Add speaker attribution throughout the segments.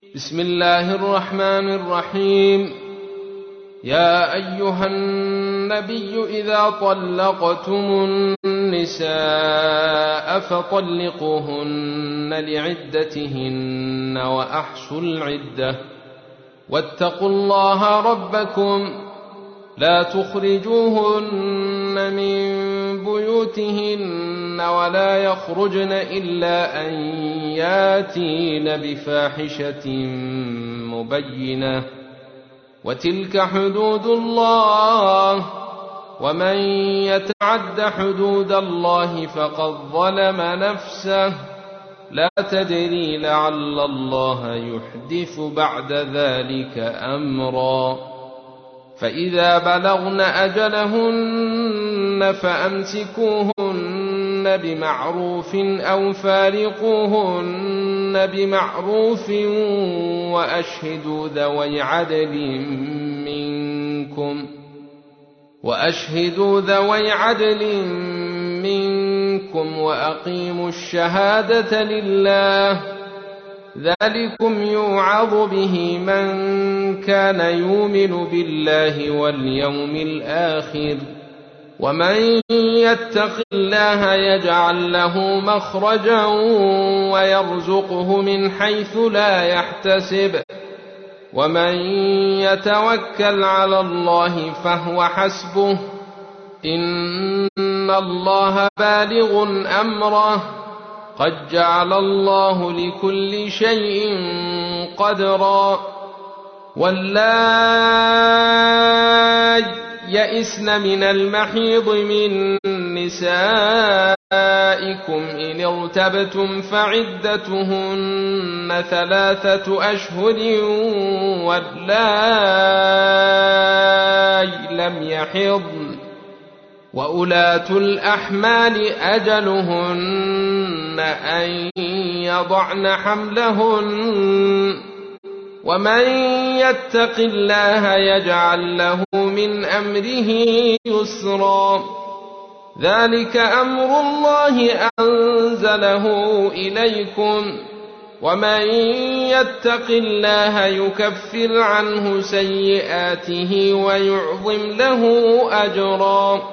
Speaker 1: بسم الله الرحمن الرحيم. يا أيها النبي إذا طلقتم النساء فطلقوهن لعدتهن وأحصوا العدة واتقوا الله ربكم لا تخرجوهن من بيوتهن ولا يخرجن إلا أن ياتين بفاحشة مبينة وتلك حدود الله ومن يتعد حدود الله فقد ظلم نفسه لا تدري لعل الله يحدث بعد ذلك أمرا. فإذا بلغن أجلهن فأمسكوهن بمعروف أو فارقوهن بمعروف وأشهدوا ذوي عدل منكم وأقيموا الشهادة لله ذلكم يوعظ به من كان يؤمن بالله واليوم الآخر ومن يتق الله يجعل له مخرجا ويرزقه من حيث لا يحتسب ومن يتوكل على الله فهو حسبه إن الله بالغ أمره قد جعل الله لكل شيء قدرا. واللائي يئسن من المحيض من نسائكم إن ارتبتم فعدتهن 3 أشهر واللائي لم يحضن وأولاة الأحمال أجلهن أن يضعن حملهن ومن يتق الله يجعل له من أمره يسرا. ذلك أمر الله أنزله إليكم ومن يتق الله يكفر عنه سيئاته ويعظم له أجرا.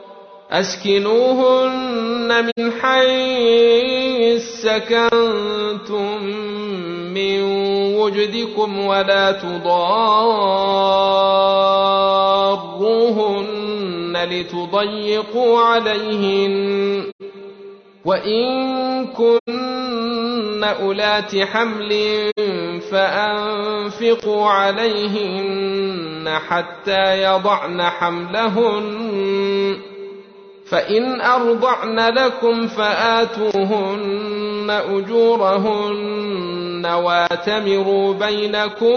Speaker 1: أسكنوهن من حيث سكنتم من وجدكم ولا تضاروهن لتضيقوا عليهن وإن كن أولات حمل فأنفقوا عليهن حتى يضعن حملهن فإن أرضعن لكم فآتوهن أجورهن واتمروا بينكم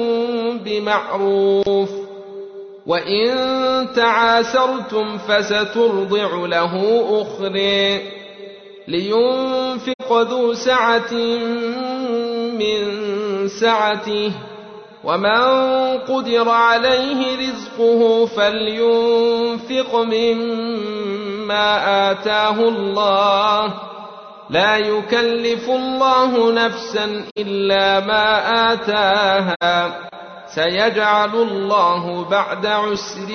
Speaker 1: بمعروف وإن تعاسرتم فسترضع له أخرى لينفق ذو سعة من سعته ومن قدر عليه رزقه فلينفق مما آتاه الله لا يكلف الله نفسا إلا ما آتاها سيجعل الله بعد عسر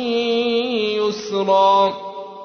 Speaker 1: يسرا.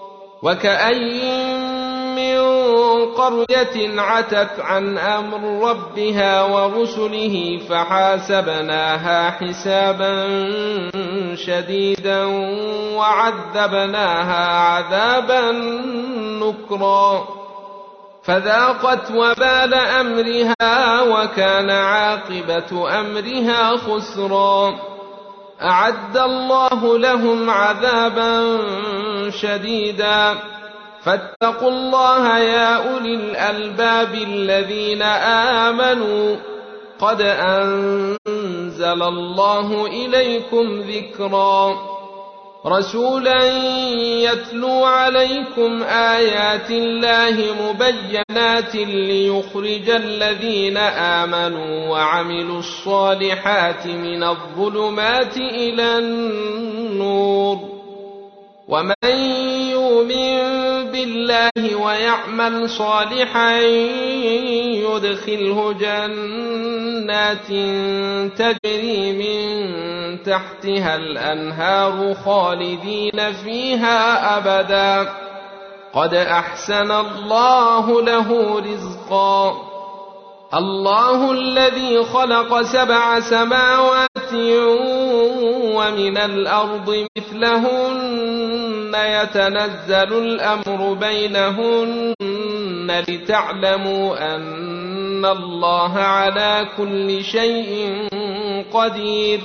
Speaker 1: وكأين من قرية عتت عن أمر ربها ورسله فحاسبناها حسابا شديدا وعذبناها عذابا نكرا فذاقت وبال أمرها وكان عاقبة أمرها خسرا. أعد الله لهم عذابا شديدا فاتقوا الله يا أولي الألباب الذين آمنوا قد أنزل الله إليكم ذكرا. رسولا يتلو عليكم آيات الله مبينات ليخرج الذين آمنوا وعملوا الصالحات من الظلمات إلى النور ومن يؤمن بالله ويعمل صالحا يدخله جنات تجري من تحتها الأنهار خالدين فيها أبدا قد أحسن الله له رزقا. الله الذي خلق 7 سماوات ومن الأرض مثلهن يتنزل الأمر بينهن لتعلموا أن الله على كل شيء قدير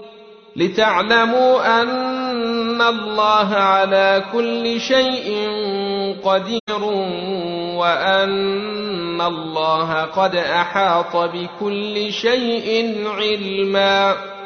Speaker 1: وأن الله قد أحاط بكل شيء علما.